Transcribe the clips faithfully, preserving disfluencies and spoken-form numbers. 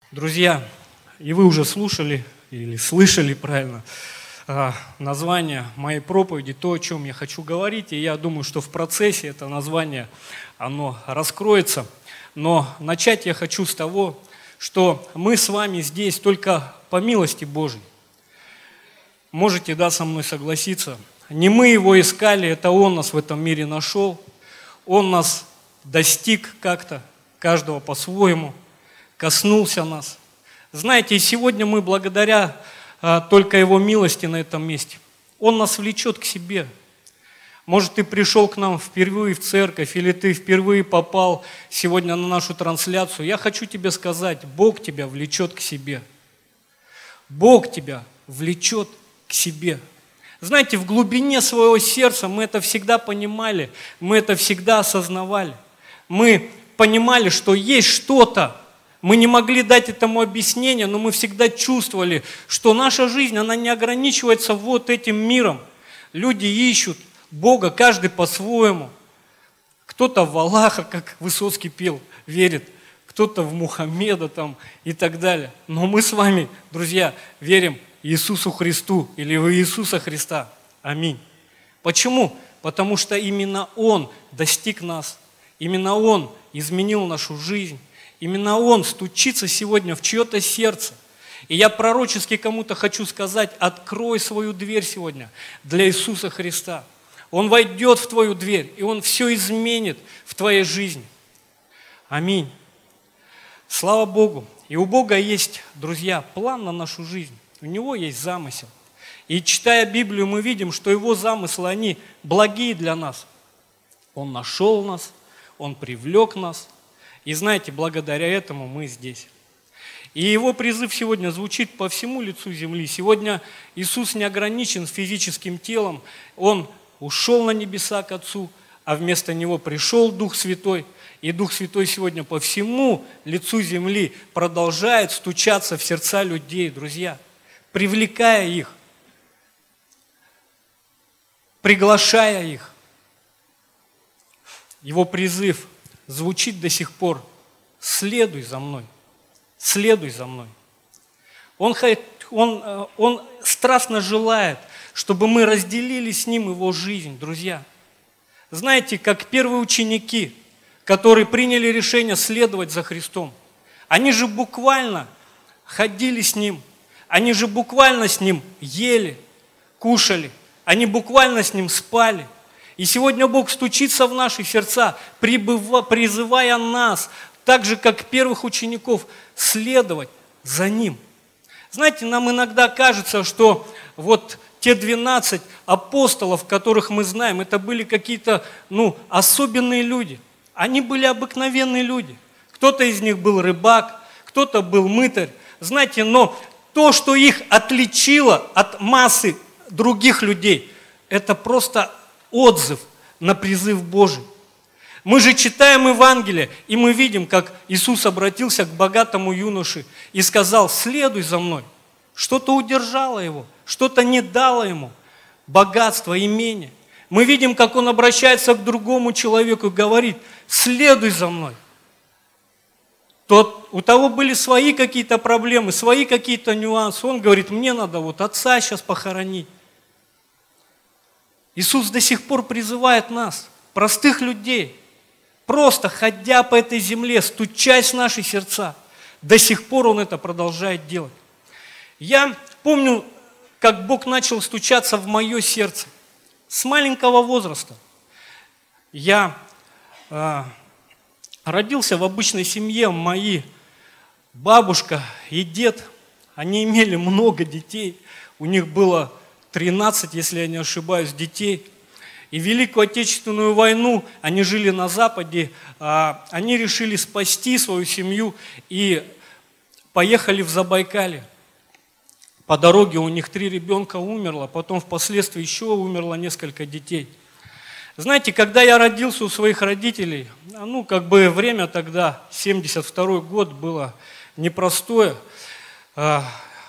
Друзья, и вы уже слушали или слышали правильно название моей проповеди, то, о чем я хочу говорить, и я думаю, что в процессе это название, оно раскроется. Но начать я хочу с того, что мы с вами здесь только по милости Божией. Можете, да, со мной согласиться. Не мы его искали, это он нас в этом мире нашел. Он нас достиг как-то, каждого по-своему, коснулся нас. Знаете, и сегодня мы благодаря а, только его милости на этом месте. Он нас влечет к себе. Может, ты пришел к нам впервые в церковь, или ты впервые попал сегодня на нашу трансляцию. Я хочу тебе сказать, Бог тебя влечет к себе. Бог тебя влечет к себе. Знаете, в глубине своего сердца мы это всегда понимали, мы это всегда осознавали. Мы понимали, что есть что-то, мы не могли дать этому объяснение, но мы всегда чувствовали, что наша жизнь, она не ограничивается вот этим миром. Люди ищут Бога, каждый по-своему. Кто-то в Аллаха, как Высоцкий пел, верит, кто-то в Мухаммеда там и так далее. Но мы с вами, друзья, верим Иисусу Христу или в Иисуса Христа. Аминь. Почему? Потому что именно Он достиг нас. Именно Он изменил нашу жизнь. Именно Он стучится сегодня в чье-то сердце. И я пророчески кому-то хочу сказать, открой свою дверь сегодня для Иисуса Христа. Он войдет в твою дверь, и Он все изменит в твоей жизни. Аминь. Слава Богу. И у Бога есть, друзья, план на нашу жизнь. У Него есть замысел. И читая Библию, мы видим, что Его замыслы, они благие для нас. Он нашел нас, Он привлек нас. И знаете, благодаря этому мы здесь. И Его призыв сегодня звучит по всему лицу земли. Сегодня Иисус не ограничен физическим телом. Он ушел на небеса к Отцу, а вместо Него пришел Дух Святой. И Дух Святой сегодня по всему лицу земли продолжает стучаться в сердца людей, друзья, привлекая их, приглашая их. Его призыв звучит до сих пор: следуй за мной, следуй за мной. Он, он, он страстно желает, чтобы мы разделили с Ним Его жизнь, друзья. Знаете, как первые ученики, которые приняли решение следовать за Христом, они же буквально ходили с Ним, они же буквально с Ним ели, кушали, они буквально с Ним спали. И сегодня Бог стучится в наши сердца, призывая нас, так же, как первых учеников, следовать за Ним. Знаете, нам иногда кажется, что вот те двенадцать апостолов, которых мы знаем, это были какие-то, ну, особенные люди. Они были обыкновенные люди. Кто-то из них был рыбак, кто-то был мытарь. Знаете, но то, что их отличило от массы других людей, это просто отзыв на призыв Божий. Мы же читаем Евангелие, и мы видим, как Иисус обратился к богатому юноше и сказал: следуй за мной. Что-то удержало его, что-то не дало ему богатство, имение. Мы видим, как он обращается к другому человеку и говорит: следуй за мной. Тот, у того были свои какие-то проблемы, свои какие-то нюансы. Он говорит: мне надо вот отца сейчас похоронить. Иисус до сих пор призывает нас, простых людей, просто ходя по этой земле, стучась в наши сердца. До сих пор Он это продолжает делать. Я помню, как Бог начал стучаться в мое сердце. С маленького возраста. Я э, родился в обычной семье. Мои бабушка и дед, они имели много детей. У них было тринадцать, если я не ошибаюсь, детей. И Великую Отечественную войну они жили на Западе. Э, они решили спасти свою семью и поехали в Забайкалье. По дороге у них три ребенка умерло, потом впоследствии еще умерло несколько детей. Знаете, когда я родился у своих родителей, ну, как бы время тогда, семьдесят второй год, было непростое.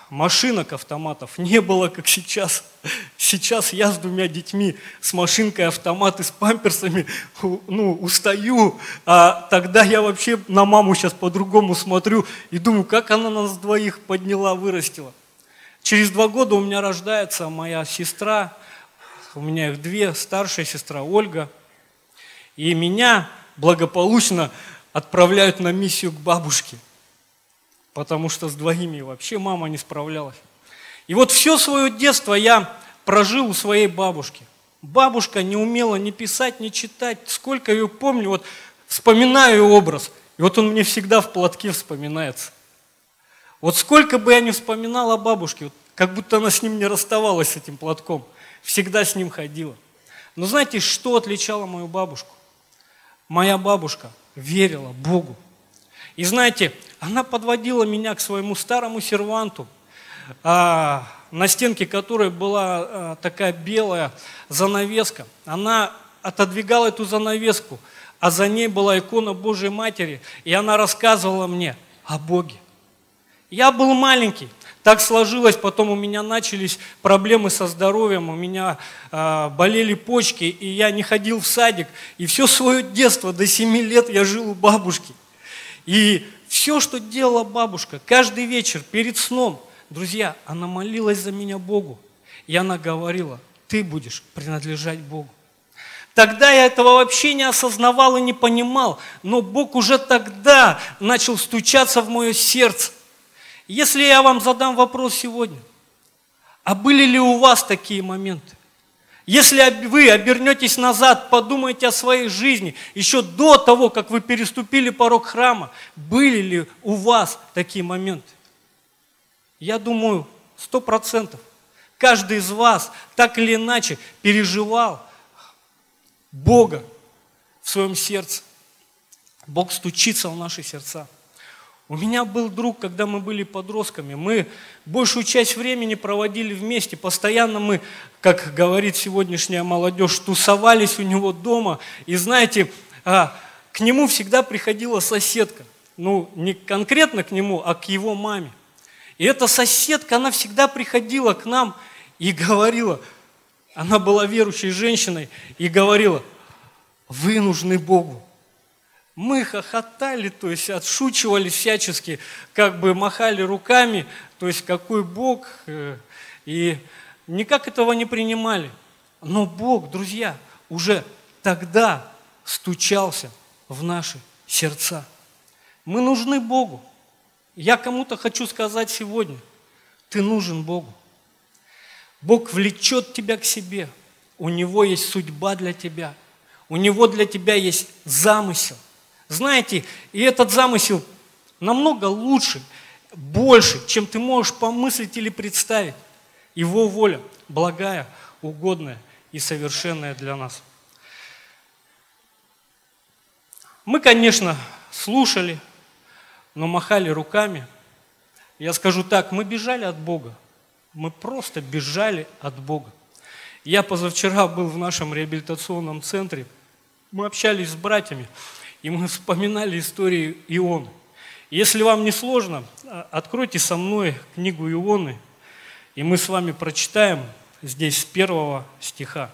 машинок, автоматов не было, как сейчас. Сейчас я с двумя детьми, с машинкой автомат и с памперсами, ну, устаю. А тогда я вообще на маму сейчас по-другому смотрю и думаю, как она нас двоих подняла, вырастила. Через два года у меня рождается моя сестра, у меня их две, старшая сестра Ольга. И меня благополучно отправляют на миссию к бабушке, потому что с двоими вообще мама не справлялась. И вот все свое детство я прожил у своей бабушки. Бабушка не умела ни писать, ни читать. Сколько ее помню, вот вспоминаю ее образ. И вот он мне всегда в платке вспоминается. Вот сколько бы я ни вспоминал о бабушке, вот как будто она с ним не расставалась, с этим платком. Всегда с ним ходила. Но знаете, что отличало мою бабушку? Моя бабушка верила Богу. И знаете, она подводила меня к своему старому серванту, а, на стенке которой была а, такая белая занавеска. Она отодвигала эту занавеску, а за ней была икона Божьей Матери, и она рассказывала мне о Боге. Я был маленький, так сложилось, потом у меня начались проблемы со здоровьем, у меня э, болели почки, и я не ходил в садик. И все свое детство, до семи лет я жил у бабушки. И все, что делала бабушка, каждый вечер перед сном, друзья, она молилась за меня Богу. И она говорила, ты будешь принадлежать Богу. Тогда я этого вообще не осознавал и не понимал, но Бог уже тогда начал стучаться в мое сердце. Если я вам задам вопрос сегодня, а были ли у вас такие моменты? Если вы обернетесь назад, подумайте о своей жизни, еще до того, как вы переступили порог храма, были ли у вас такие моменты? Я думаю, сто процентов. Каждый из вас так или иначе переживал Бога в своем сердце. Бог стучится в наши сердца. У меня был друг, когда мы были подростками, мы большую часть времени проводили вместе, постоянно мы, как говорит сегодняшняя молодежь, тусовались у него дома. И знаете, к нему всегда приходила соседка, ну не конкретно к нему, а к его маме. И эта соседка, она всегда приходила к нам и говорила, она была верующей женщиной, и говорила, вы нужны Богу. Мы хохотали, то есть отшучивали всячески, как бы махали руками, то есть какой Бог, и никак этого не принимали. Но Бог, друзья, уже тогда стучался в наши сердца. Мы нужны Богу. Я кому-то хочу сказать сегодня, ты нужен Богу. Бог влечет тебя к себе, у Него есть судьба для тебя, у Него для тебя есть замысел. Знаете, и этот замысел намного лучше, больше, чем ты можешь помыслить или представить. Его воля благая, угодная и совершенная для нас. Мы, конечно, слушали, но махали руками. Я скажу так, мы бежали от Бога. Мы просто бежали от Бога. Я позавчера был в нашем реабилитационном центре. Мы общались с братьями. И мы вспоминали историю Ионы. Если вам не сложно, откройте со мной книгу Ионы, и мы с вами прочитаем здесь с первого стиха.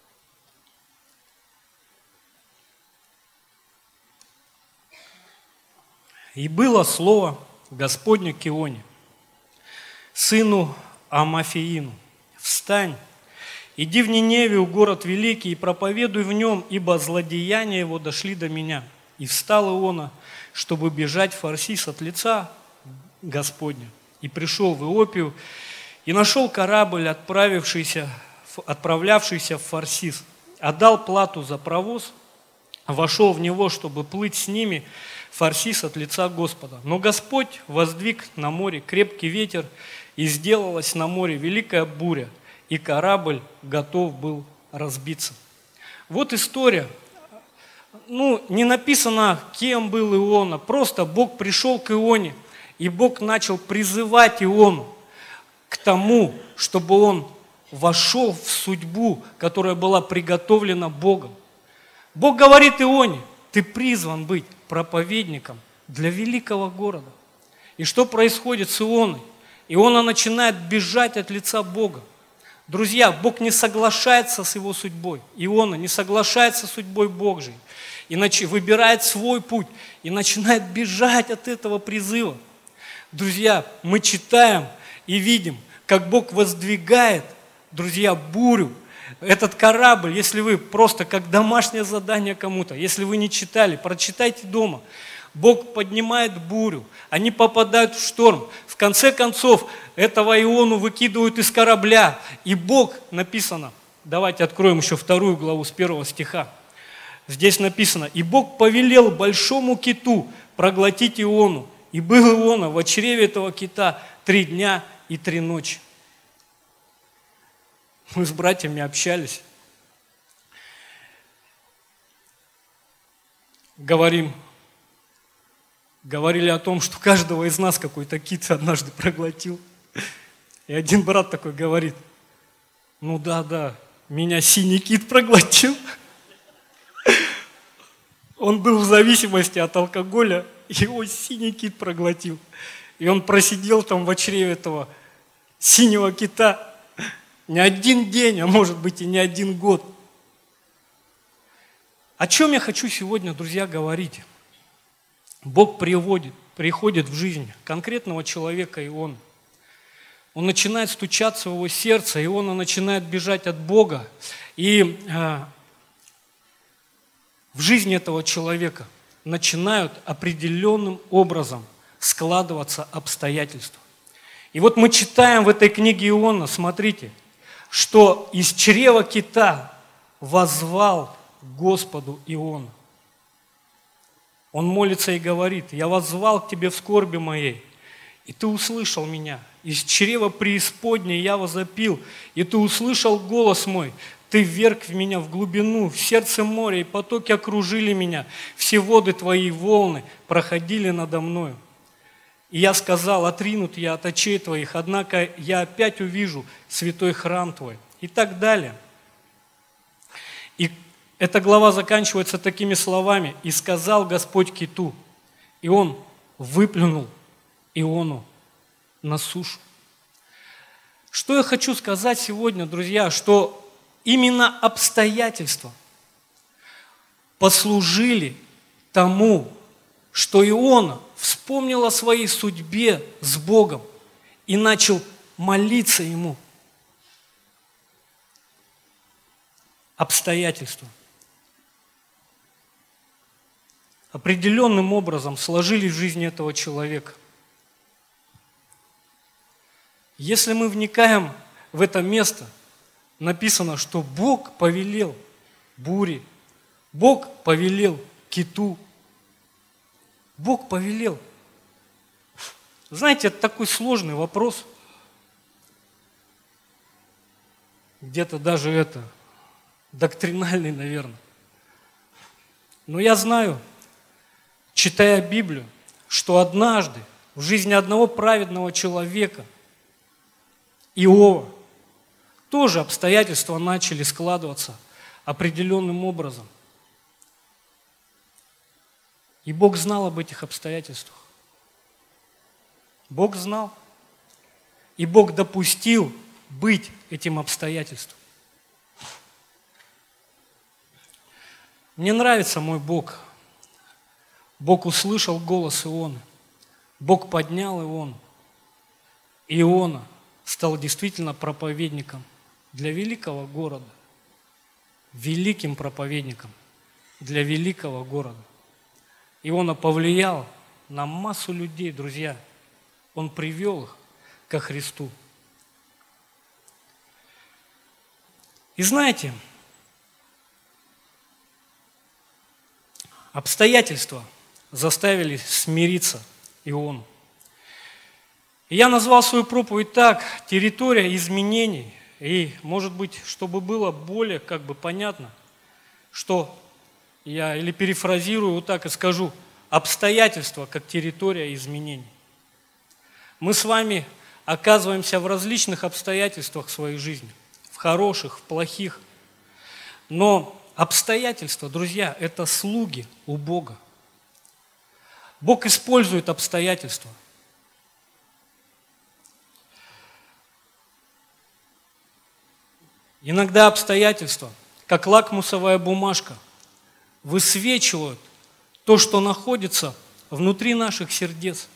«И было слово Господне к Ионе, сыну Амафиину, встань, иди в Ниневию, город великий, и проповедуй в нем, ибо злодеяния его дошли до меня. И встал Иона, чтобы бежать в Фарсис от лица Господня. И пришел в Иопию, и нашел корабль, отправившийся, отправлявшийся в Фарсис. Отдал плату за провоз, вошел в него, чтобы плыть с ними в Фарсис от лица Господа. Но Господь воздвиг на море крепкий ветер, и сделалась на море великая буря, и корабль готов был разбиться». Вот история. Ну, не написано, кем был Иона, просто Бог пришел к Ионе, и Бог начал призывать Иону к тому, чтобы он вошел в судьбу, которая была приготовлена Богом. Бог говорит Ионе, ты призван быть проповедником для великого города. И что происходит с Ионой? Иона начинает бежать от лица Бога. Друзья, Бог не соглашается с его судьбой. Иона не соглашается с судьбой Божьей. Иначе выбирает свой путь и начинает бежать от этого призыва. Друзья, мы читаем и видим, как Бог воздвигает, друзья, бурю. Этот корабль, если вы просто как домашнее задание кому-то, если вы не читали, прочитайте дома. Бог поднимает бурю, они попадают в шторм. В конце концов, этого Иону выкидывают из корабля. И Бог, написано, давайте откроем еще вторую главу с первого стиха. Здесь написано: «И Бог повелел большому киту проглотить Иону, и был Иона в чреве этого кита три дня и три ночи». Мы с братьями общались, говорим, говорили о том, что каждого из нас какой-то кит однажды проглотил. И один брат такой говорит: ну да, да, меня синий кит проглотил. Он был в зависимости от алкоголя, его синий кит проглотил. И он просидел там в чреве этого синего кита не один день, а может быть и не один год. О чем я хочу сегодня, друзья, говорить? Бог приводит, приходит в жизнь конкретного человека, и он. Он начинает стучаться в его сердце, и он начинает бежать от Бога. И э, в жизни этого человека начинают определенным образом складываться обстоятельства. И вот мы читаем в этой книге Иона, смотрите, что из чрева кита воззвал Господу Иона. Он молится и говорит: «Я воззвал к тебе в скорби моей, и ты услышал меня. Из чрева преисподней я возопил, и ты услышал голос мой. Ты вверг в меня в глубину, в сердце моря, и потоки окружили меня. Все воды твои волны проходили надо мною. И я сказал: отринут я от очей твоих, однако я опять увижу святой храм твой». И так далее. И эта глава заканчивается такими словами: «И сказал Господь киту, и он выплюнул Иону на сушу». Что я хочу сказать сегодня, друзья, что именно обстоятельства послужили тому, что Иона вспомнил о своей судьбе с Богом и начал молиться Ему. Обстоятельства определенным образом сложились в жизни этого человека. Если мы вникаем в это место, написано, что Бог повелел буре, Бог повелел киту, Бог повелел. Знаете, это такой сложный вопрос. Где-то даже это доктринальный, наверное. Но я знаю, читая Библию, что однажды в жизни одного праведного человека, Иова, тоже обстоятельства начали складываться определенным образом. И Бог знал об этих обстоятельствах. Бог знал. И Бог допустил быть этим обстоятельством. Мне нравится мой Бог. Бог услышал голос Ионы. Бог поднял Иону. И Иона стал действительно проповедником для великого города. Великим проповедником для великого города. Иона повлиял на массу людей, друзья. Он привел их ко Христу. И знаете, обстоятельства заставили смириться Иону. И я назвал свою проповедь так: территория изменений. И, может быть, чтобы было более как бы понятно, что я или перефразирую вот так и скажу: обстоятельства как территория изменений. Мы с вами оказываемся в различных обстоятельствах в своей жизни, в хороших, в плохих. Но обстоятельства, друзья, это слуги у Бога. Бог использует обстоятельства. Иногда обстоятельства, как лакмусовая бумажка, высвечивают то, что находится внутри наших сердец.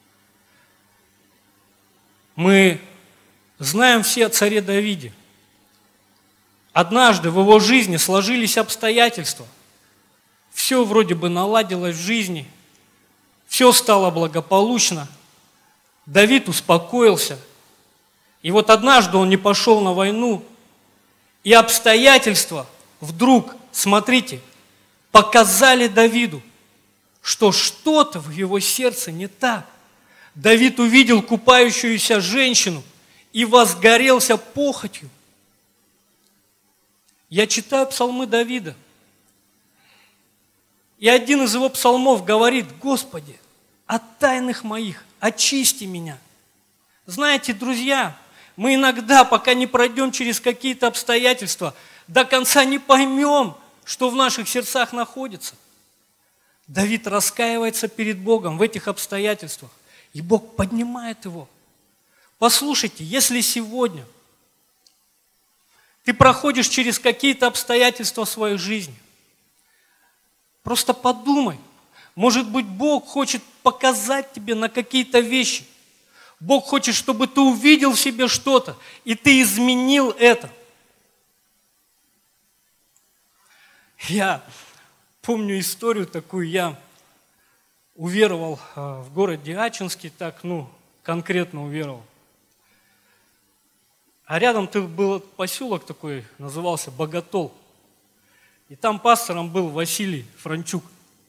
Мы знаем все о царе Давиде. Однажды в его жизни сложились обстоятельства. Все вроде бы наладилось в жизни, все стало благополучно. Давид успокоился. И вот однажды он не пошел на войну, и обстоятельства вдруг, смотрите, показали Давиду, что что-то в его сердце не так. Давид увидел купающуюся женщину и возгорелся похотью. Я читаю псалмы Давида, и один из его псалмов говорит: «Господи, от тайных моих очисти меня». Знаете, друзья, мы иногда, пока не пройдем через какие-то обстоятельства, до конца не поймем, что в наших сердцах находится. Давид раскаивается перед Богом в этих обстоятельствах, и Бог поднимает его. Послушайте, если сегодня ты проходишь через какие-то обстоятельства в своей жизни, просто подумай, может быть, Бог хочет показать тебе на какие-то вещи. Бог хочет, чтобы ты увидел в себе что-то, и ты изменил это. Я помню историю такую, я уверовал в городе Ачинске, так, ну, конкретно уверовал. А рядом был поселок такой, назывался Боготол. И там пастором был Василий Франчук.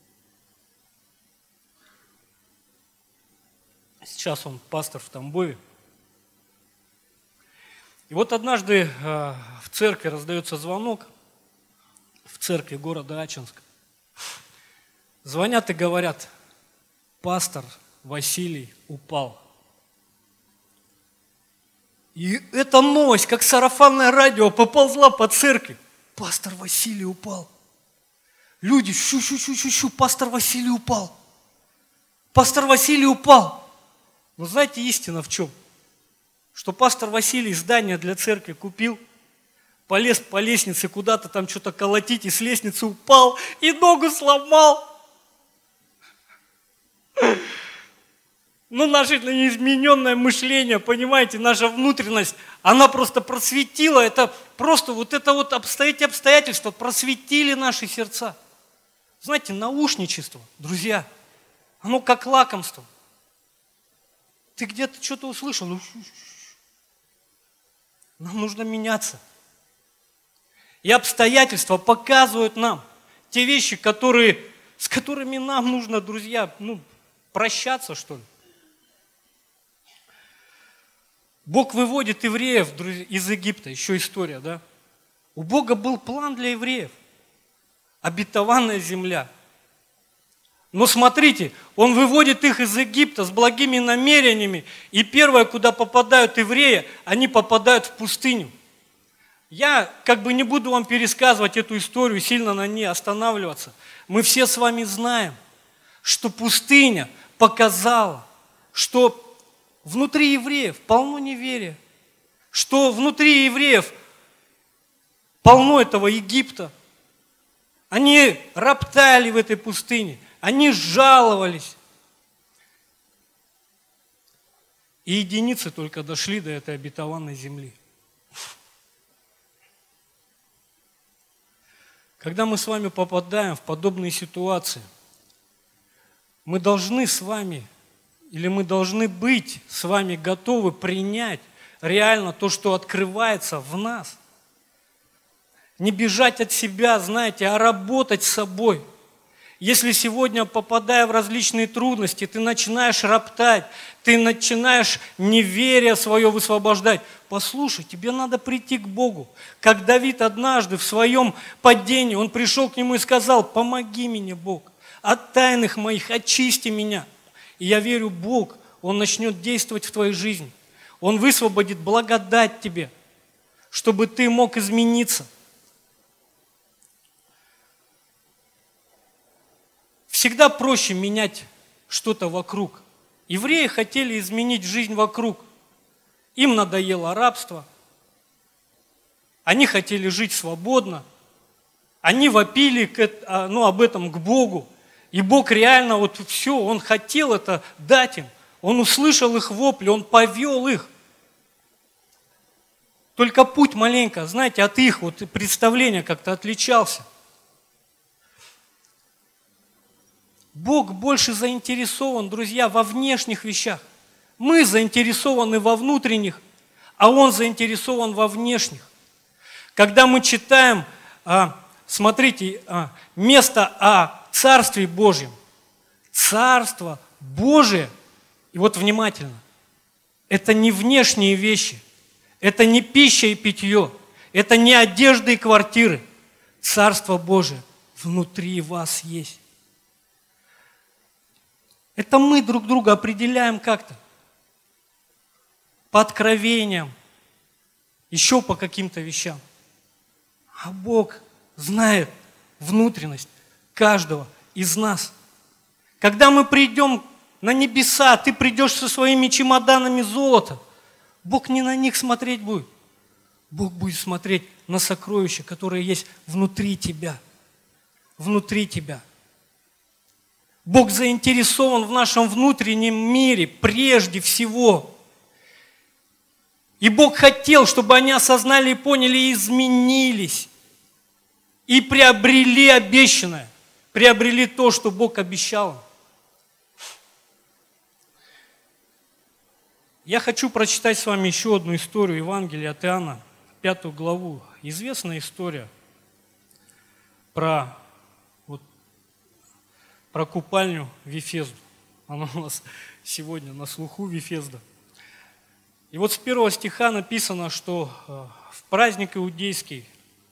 Сейчас он пастор в Тамбове. И вот однажды э, в церкви раздается звонок, в церкви города Ачинска. Звонят и говорят: пастор Василий упал. И эта новость, как сарафанное радио, поползла по церкви. Пастор Василий упал. Люди, щу-щу-щу-щу-щу, пастор Василий упал. Пастор Василий упал. Но знаете, истина в чем? Что пастор Василий здание для церкви купил, полез по лестнице куда-то там что-то колотить, и с лестницы упал, и ногу сломал. Ну, наше неизмененное мышление, понимаете, наша внутренность, она просто просветила, это просто вот это вот эти обстоятельства просветили наши сердца. Знаете, наушничество, друзья, оно как лакомство. Ты где-то что-то услышал, ну, нам нужно меняться. И обстоятельства показывают нам те вещи, которые, с которыми нам нужно, друзья, ну, прощаться, что ли. Бог выводит евреев из Египта, еще история, да? У Бога был план для евреев, обетованная земля. Но смотрите, Он выводит их из Египта с благими намерениями, и первое, куда попадают евреи, они попадают в пустыню. Я как бы не буду вам пересказывать эту историю, сильно на ней останавливаться. Мы все с вами знаем, что пустыня показала, что внутри евреев полно неверия, что внутри евреев полно этого Египта. Они роптали в этой пустыне, они жаловались. И единицы только дошли до этой обетованной земли. Когда мы с вами попадаем в подобные ситуации, мы должны с вами, или мы должны быть с вами готовы принять реально то, что открывается в нас. Не бежать от себя, знаете, а работать с собой. Если сегодня, попадая в различные трудности, ты начинаешь роптать, ты начинаешь неверие свое высвобождать, послушай, тебе надо прийти к Богу. Как Давид однажды в своем падении, он пришел к нему и сказал: помоги мне, Бог, от тайных моих очисти меня. И я верю, Бог, Он начнет действовать в твоей жизни. Он высвободит благодать тебе, чтобы ты мог измениться. Всегда проще менять что-то вокруг. Евреи хотели изменить жизнь вокруг. Им надоело рабство. Они хотели жить свободно. Они вопили к, ну, об этом к Богу. И Бог реально вот все, Он хотел это дать им. Он услышал их вопли, Он повел их. Только путь маленько, знаете, от их вот представления как-то отличался. Бог больше заинтересован, друзья, во внешних вещах. Мы заинтересованы во внутренних, а Он заинтересован во внешних. Когда мы читаем, смотрите, место о Царстве Божьем, Царство Божие, и вот внимательно, это не внешние вещи, это не пища и питье, это не одежда и квартиры. Царство Божие внутри вас есть. Это мы друг друга определяем как-то. По откровениям, еще по каким-то вещам. А Бог знает внутренность каждого из нас. Когда мы придем на небеса, ты придешь со своими чемоданами золота, Бог не на них смотреть будет. Бог будет смотреть на сокровища, которые есть внутри тебя. Внутри тебя. Бог заинтересован в нашем внутреннем мире прежде всего. И Бог хотел, чтобы они осознали и поняли, и изменились. И приобрели обещанное. Приобрели то, что Бог обещал им. Я хочу прочитать с вами еще одну историю Евангелия от Иоанна, пятую главу. Известная история про, вот, про купальню Вифезду. Она у нас сегодня на слуху, Вифезда. И вот с первого стиха написано, что в праздник иудейский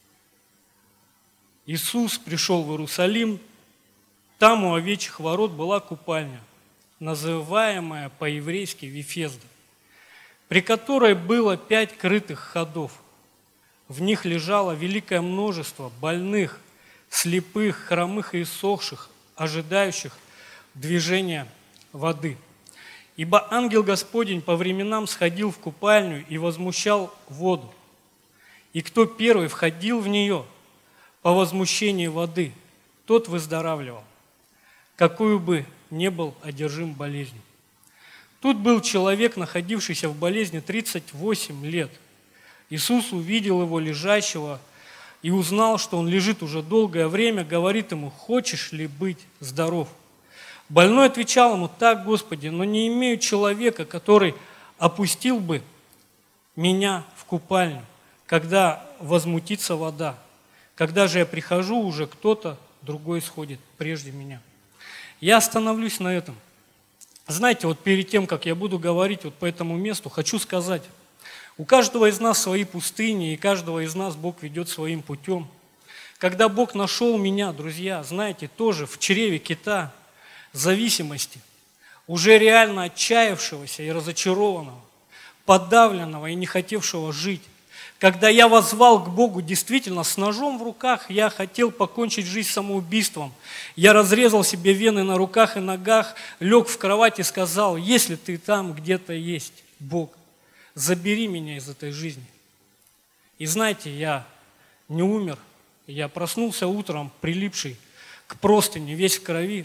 Иисус пришел в Иерусалим, там у овечьих ворот была купальня, называемая по-еврейски Вифезда, при которой было пять крытых ходов. В них лежало великое множество больных, слепых, хромых и иссохших, ожидающих движения воды. Ибо ангел Господень по временам сходил в купальню и возмущал воду. И кто первый входил в нее по возмущении воды, тот выздоравливал, какую бы ни был одержим болезнью. Тут был человек, находившийся в болезни тридцать восемь лет. Иисус увидел его лежащего и узнал, что он лежит уже долгое время, говорит ему: «Хочешь ли быть здоров?» Больной отвечал ему: «Так, Господи, но не имею человека, который опустил бы меня в купальню, когда возмутится вода. Когда же я прихожу, уже кто-то другой сходит прежде меня». Я остановлюсь на этом. Знаете, вот перед тем, как я буду говорить вот по этому месту, хочу сказать, у каждого из нас свои пустыни, и каждого из нас Бог ведет своим путем. Когда Бог нашел меня, друзья, знаете, тоже в чреве кита, зависимости, уже реально отчаявшегося и разочарованного, подавленного и не хотевшего жить. Когда я воззвал к Богу действительно с ножом в руках, я хотел покончить жизнь самоубийством. Я разрезал себе вены на руках и ногах, лег в кровать и сказал: «Если ты там где-то есть, Бог, забери меня из этой жизни». И знаете, я не умер, я проснулся утром, прилипший к простыне, весь в крови.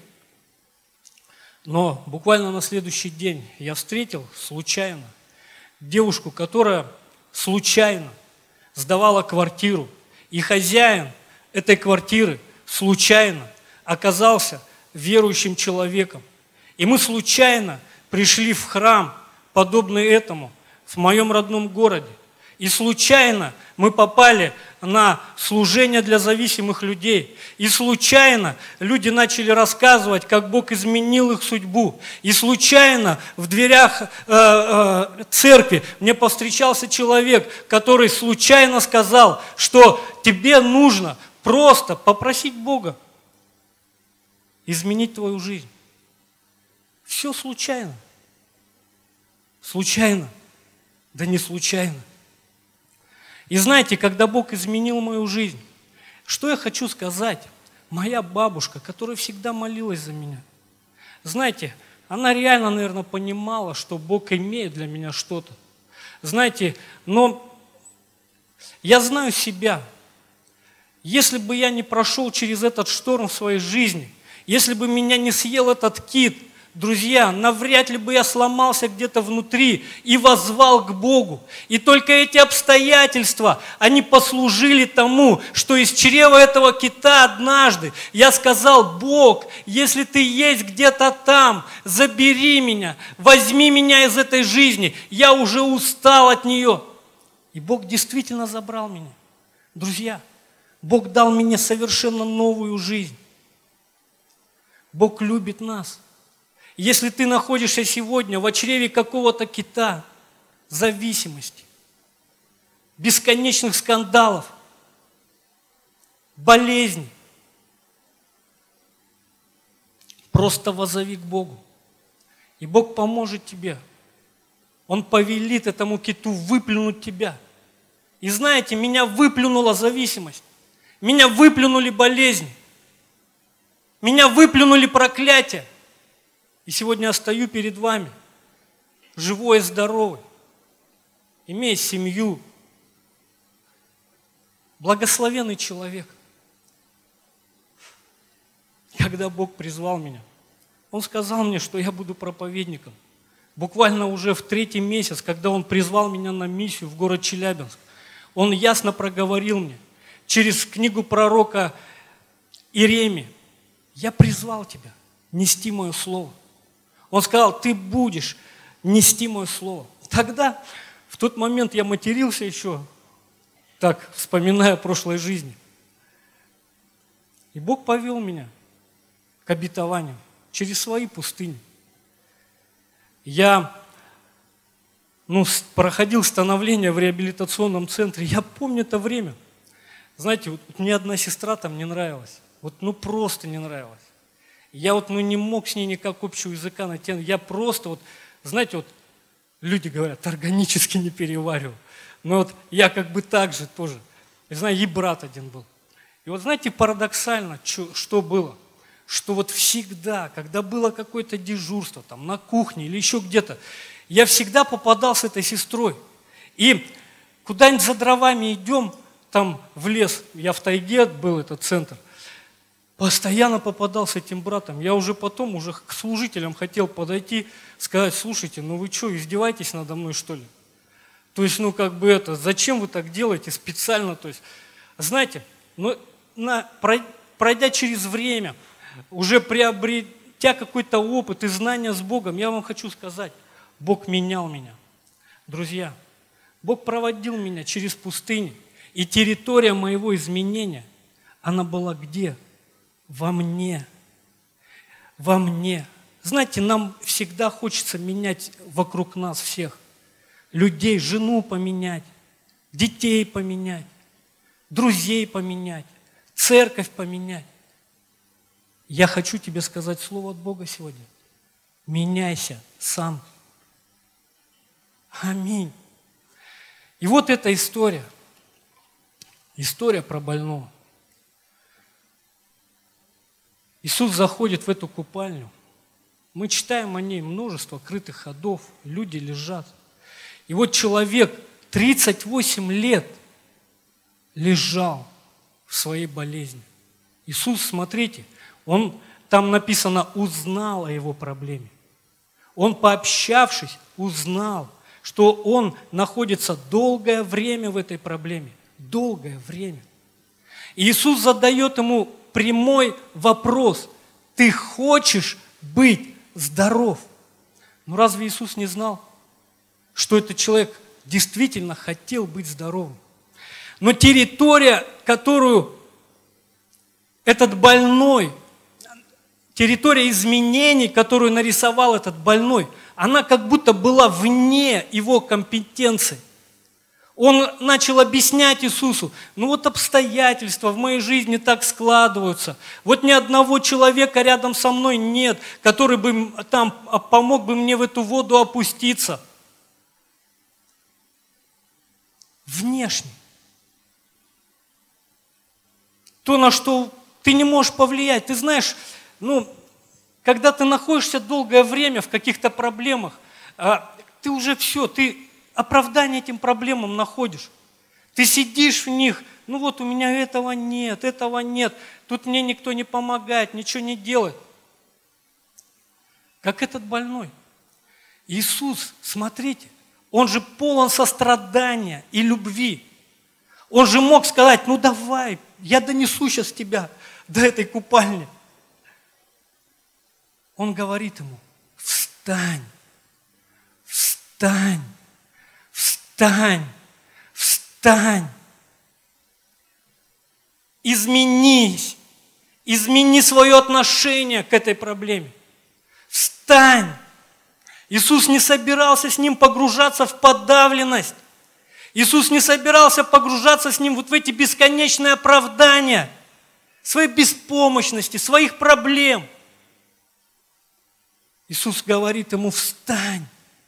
Но буквально на следующий день я встретил случайно девушку, которая случайно сдавала квартиру, и хозяин этой квартиры случайно оказался верующим человеком. И мы случайно пришли в храм, подобный этому, в моем родном городе. И случайно мы попали на служение для зависимых людей. И случайно люди начали рассказывать, как Бог изменил их судьбу. И случайно в дверях э, э, церкви мне повстречался человек, который случайно сказал, что тебе нужно просто попросить Бога изменить твою жизнь. Все случайно. Случайно. Да не случайно. И знаете, когда Бог изменил мою жизнь, что я хочу сказать? Моя бабушка, которая всегда молилась за меня, знаете, она реально, наверное, понимала, что Бог имеет для меня что-то. Знаете, но Я знаю себя. Если бы я не прошел через этот шторм в своей жизни, если бы меня не съел этот кит, друзья, навряд ли бы я сломался где-то внутри и воззвал к Богу. И только эти обстоятельства, они послужили тому, что из чрева этого кита однажды я сказал: Бог, если Ты есть где-то там, забери меня, возьми меня из этой жизни, я уже устал от нее. И Бог действительно забрал меня. Друзья, Бог дал мне совершенно новую жизнь. Бог любит нас. Если ты находишься сегодня в чреве какого-то кита, зависимости, бесконечных скандалов, болезней, просто воззови к Богу, и Бог поможет тебе. Он повелит этому киту выплюнуть тебя. И знаете, меня выплюнула зависимость, меня выплюнули болезни, меня выплюнули проклятия. И сегодня я стою перед вами, живой и здоровый, имея семью, благословенный человек. Когда Бог призвал меня, Он сказал мне, что я буду проповедником. Буквально уже в третий месяц, когда Он призвал меня на миссию в город Челябинск, Он ясно проговорил мне через книгу пророка Иеремии: я призвал тебя нести Мое Слово. Он сказал: ты будешь нести Мое Слово. Тогда, в тот момент я матерился еще, так, вспоминая о прошлой жизни. И Бог повел меня к обетованию через свои пустыни. Я ну, проходил становление в реабилитационном центре. Я помню это время. Знаете, вот мне одна сестра там не нравилась. Вот ну просто не нравилась. Я вот ну, не мог с ней никак общего языка найти. Я просто вот, знаете, вот люди говорят, органически не переваривал. Но вот я как бы так же тоже. Я знаю, и брат один был. И вот знаете, парадоксально, что, что было? Что вот всегда, когда было какое-то дежурство, там на кухне или еще где-то, я всегда попадал с этой сестрой. И куда-нибудь за дровами идем, там в лес, я в тайге был, этот центр, постоянно попадал с этим братом. Я уже потом, уже к служителям хотел подойти, сказать: слушайте, ну вы что, издеваетесь надо мной, что ли? То есть, ну как бы это, зачем вы так делаете специально? То есть, знаете, ну, на, пройдя через время, уже приобретя какой-то опыт и знания с Богом, я вам хочу сказать, Бог менял меня. Друзья, Бог проводил меня через пустыни, и территория моего изменения, она была где? Во мне. Во мне. Знаете, нам всегда хочется менять вокруг нас всех. Людей, жену поменять, детей поменять, друзей поменять, церковь поменять. Я хочу тебе сказать слово от Бога сегодня. Меняйся сам. Аминь. И вот эта история. История про больного. Иисус заходит в эту купальню. Мы читаем о ней множество крытых ходов. Люди лежат. И вот человек тридцать восемь лет лежал в своей болезни. Иисус, смотрите, Он, там написано, узнал о его проблеме. Он, пообщавшись, узнал, что он находится долгое время в этой проблеме. Долгое время. И Иисус задает ему прямой вопрос: ты хочешь быть здоров? Ну разве Иисус не знал, что этот человек действительно хотел быть здоровым? Но территория, которую этот больной, территория изменений, которую нарисовал этот больной, она как будто была вне его компетенции. Он начал объяснять Иисусу: ну вот обстоятельства в моей жизни так складываются. Вот ни одного человека рядом со мной нет, который бы там помог бы мне в эту воду опуститься. Внешне. То, на что ты не можешь повлиять. Ты знаешь, ну, когда ты находишься долгое время в каких-то проблемах, ты уже все, ты оправдание этим проблемам находишь. Ты сидишь в них, ну вот у меня этого нет, этого нет, тут мне никто не помогает, ничего не делает. Как этот больной. Иисус, смотрите, Он же полон сострадания и любви. Он же мог сказать, ну давай, я донесу сейчас тебя до этой купальни. Он говорит ему, встань, встань, встань, встань. Изменись, измени свое отношение к этой проблеме. Встань. Иисус не собирался с ним погружаться в подавленность. Иисус не собирался погружаться с ним вот в эти бесконечные оправдания своей беспомощности, своих проблем. Иисус говорит ему, встань.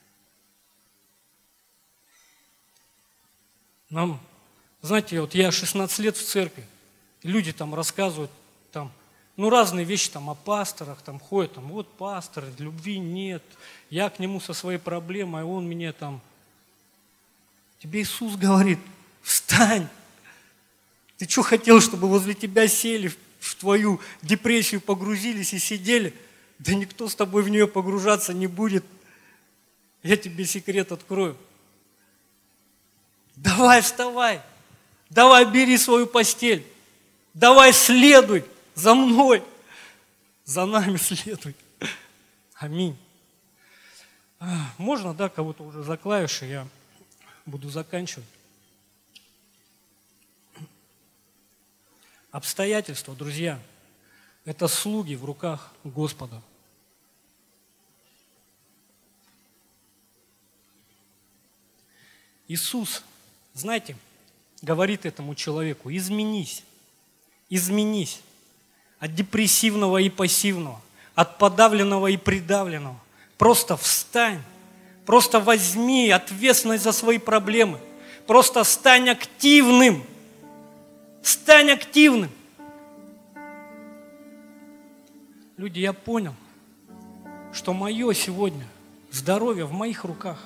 Нам, знаете, вот я шестнадцать лет в церкви, люди там рассказывают, там, ну разные вещи там о пасторах, там ходят, там, вот пастор, любви нет, я к нему со своей проблемой, а он мне там... Тебе Иисус говорит, встань. Ты что хотел, чтобы возле тебя сели, в твою депрессию погрузились и сидели? Да никто с тобой в нее погружаться не будет. Я тебе секрет открою. Давай вставай, давай бери свою постель, давай следуй за мной, за нами следуй. Аминь. Можно, да, кого-то уже за клавиши, я буду заканчивать. Обстоятельства, друзья, это слуги в руках Господа. Иисус, знаете, говорит этому человеку, изменись, изменись от депрессивного и пассивного, от подавленного и придавленного. Просто встань, просто возьми ответственность за свои проблемы, просто стань активным, стань активным. Люди, я понял, что мое сегодня здоровье в моих руках.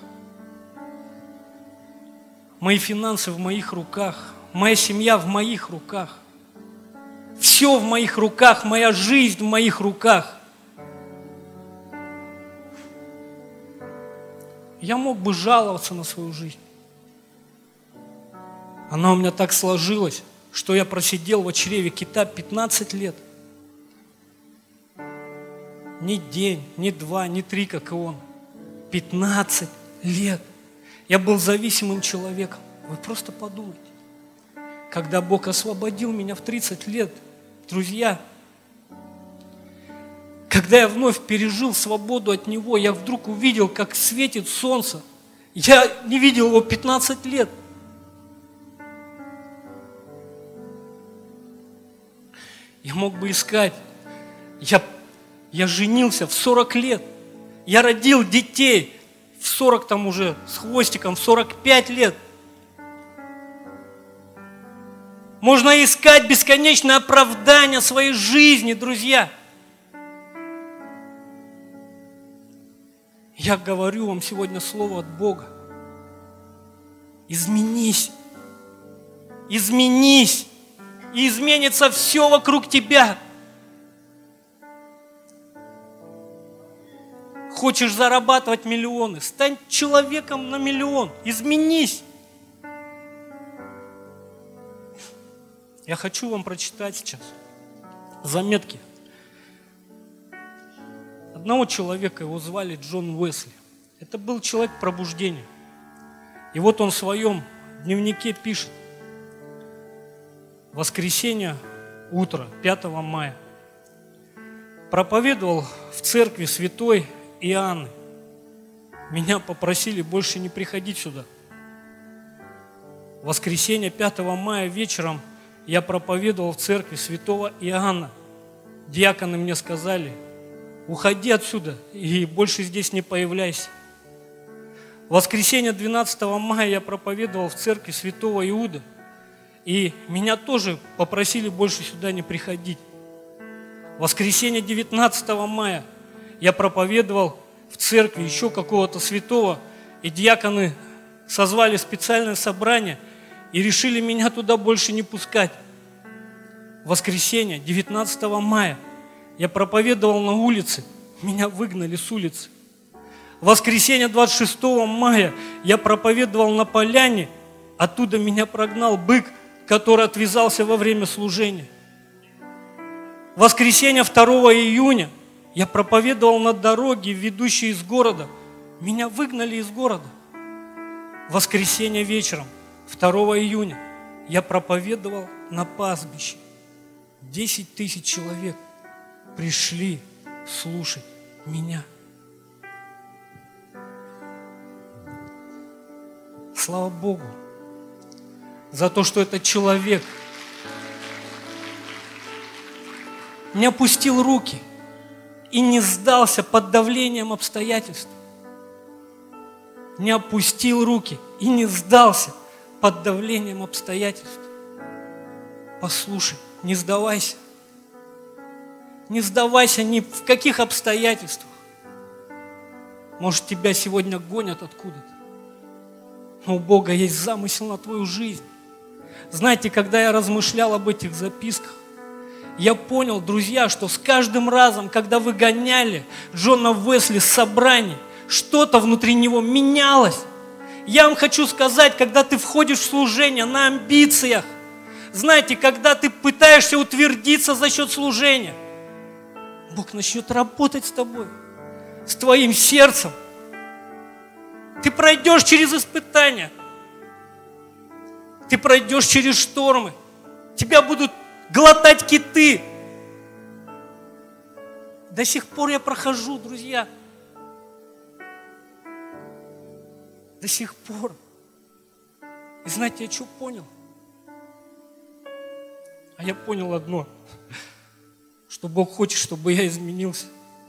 Мои финансы в моих руках, моя семья в моих руках. Все в моих руках, моя жизнь в моих руках. Я мог бы жаловаться на свою жизнь. Она у меня так сложилась, что я просидел в чреве кита пятнадцать лет. Ни день, ни два, ни три, как и он. пятнадцать лет. Я был зависимым человеком. Вы просто подумайте. Когда Бог освободил меня в тридцать лет, друзья, когда я вновь пережил свободу от Него, я вдруг увидел, как светит солнце. Я не видел его пятнадцать лет. Я мог бы искать. Я, я женился в сорок лет. Я родил детей в сорок там уже с хвостиком, в сорок пять лет. Можно искать бесконечное оправдание своей жизни, друзья. Я говорю вам сегодня слово от Бога. Изменись. Изменись. И изменится все вокруг тебя. Хочешь зарабатывать миллионы? Стань человеком на миллион. Изменись. Я хочу вам прочитать сейчас заметки одного человека, его звали Джон Уэсли. Это был человек пробуждения. И вот он в своем дневнике пишет. Воскресенье, утро, пятого мая. Проповедовал в церкви святой Иоанны. Меня попросили больше не приходить сюда. В воскресенье, пятого мая вечером я проповедовал в церкви святого Иоанна. Диаконы мне сказали, уходи отсюда и больше здесь не появляйся. В воскресенье двенадцатого мая я проповедовал в церкви святого Иуда. И меня тоже попросили больше сюда не приходить. В воскресенье девятнадцатого мая я проповедовал в церкви еще какого-то святого. И диаконы созвали специальное собрание и решили меня туда больше не пускать. В воскресенье, девятнадцатого мая, я проповедовал на улице, меня выгнали с улицы. В воскресенье, двадцать шестого мая, я проповедовал на поляне, оттуда меня прогнал бык, который отвязался во время служения. В воскресенье, второго июня, я проповедовал на дороге, ведущей из города. Меня выгнали из города. В воскресенье вечером, второго июня, я проповедовал на пастбище. Десять тысяч человек пришли слушать меня. Слава Богу за то, что этот человек не опустил руки и не сдался под давлением обстоятельств. Не опустил руки и не сдался под давлением обстоятельств. Послушай, не сдавайся. Не сдавайся ни в каких обстоятельствах. Может, тебя сегодня гонят откуда-то. Но у Бога есть замысел на твою жизнь. Знаете, когда я размышлял об этих записках, я понял, друзья, что с каждым разом, когда вы гоняли Джона Уэсли с собраний, что-то внутри него менялось. Я вам хочу сказать, когда ты входишь в служение на амбициях, знаете, когда ты пытаешься утвердиться за счет служения, Бог начнет работать с тобой, с твоим сердцем. Ты пройдешь через испытания, ты пройдешь через штормы, тебя будут глотать киты. До сих пор я прохожу, друзья. До сих пор. И знаете, я что понял? А я понял одно, что Бог хочет, чтобы я изменился.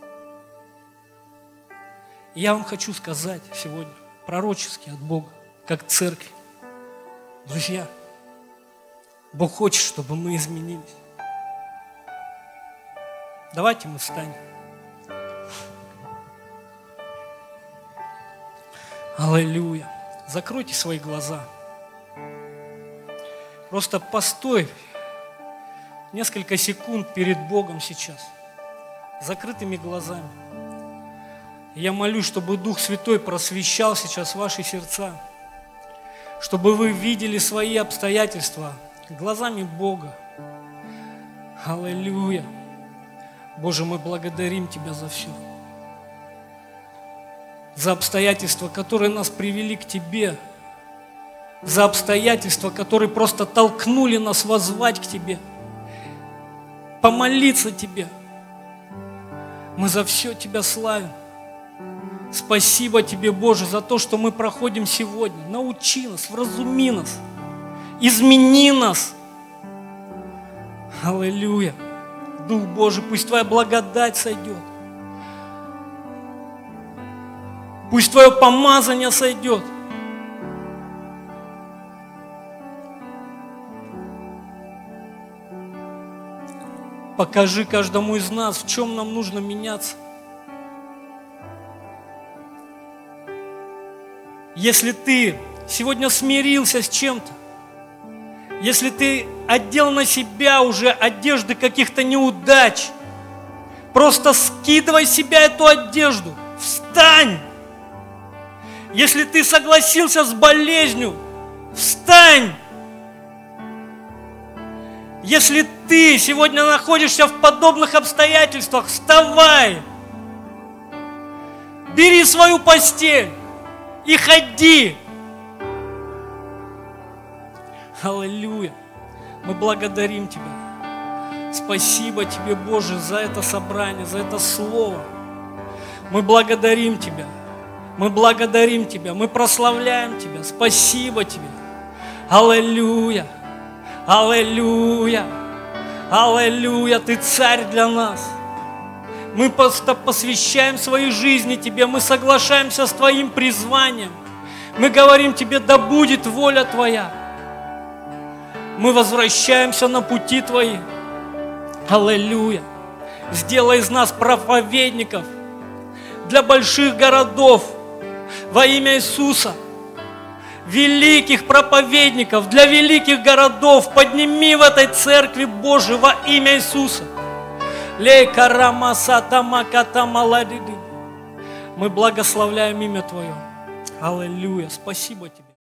И я вам хочу сказать сегодня, пророчески от Бога, как церкви. Друзья, Бог хочет, чтобы мы изменились. Давайте мы встанем. Аллилуйя. Закройте свои глаза. Просто постой несколько секунд перед Богом сейчас, закрытыми глазами. Я молюсь, чтобы Дух Святой просвещал сейчас ваши сердца, чтобы вы видели свои обстоятельства глазами Бога. Аллилуйя. Боже, мы благодарим Тебя за все. За обстоятельства, которые нас привели к Тебе. За обстоятельства, которые просто толкнули нас воззвать к Тебе. Помолиться Тебе. Мы за все Тебя славим. Спасибо Тебе, Боже, за то, что мы проходим сегодня. Научи нас, вразуми нас, измени нас. Аллилуйя. Дух Божий, пусть Твоя благодать сойдет. Пусть Твое помазание сойдет. Покажи каждому из нас, в чем нам нужно меняться. Если ты сегодня смирился с чем-то, если ты одел на себя уже одежды каких-то неудач, просто скидывай с себя эту одежду, встань. Если ты согласился с болезнью, встань. Если ты сегодня находишься в подобных обстоятельствах, вставай. Бери свою постель и ходи. Аллилуйя. Мы благодарим Тебя. Спасибо Тебе, Боже, за это собрание, за это слово. Мы благодарим Тебя. Мы благодарим Тебя. Мы прославляем Тебя. Спасибо Тебе. Аллилуйя. Аллилуйя. Аллилуйя. Ты царь для нас. Мы просто посвящаем своей жизни Тебе. Мы соглашаемся с Твоим призванием. Мы говорим Тебе, да будет воля Твоя. Мы возвращаемся на пути Твои. Аллилуйя. Сделай из нас проповедников для больших городов во имя Иисуса. великих проповедников, для великих городов. Подними в этой церкви, Боже, во имя Иисуса. Мы благословляем имя Твое. Аллилуйя. Спасибо Тебе.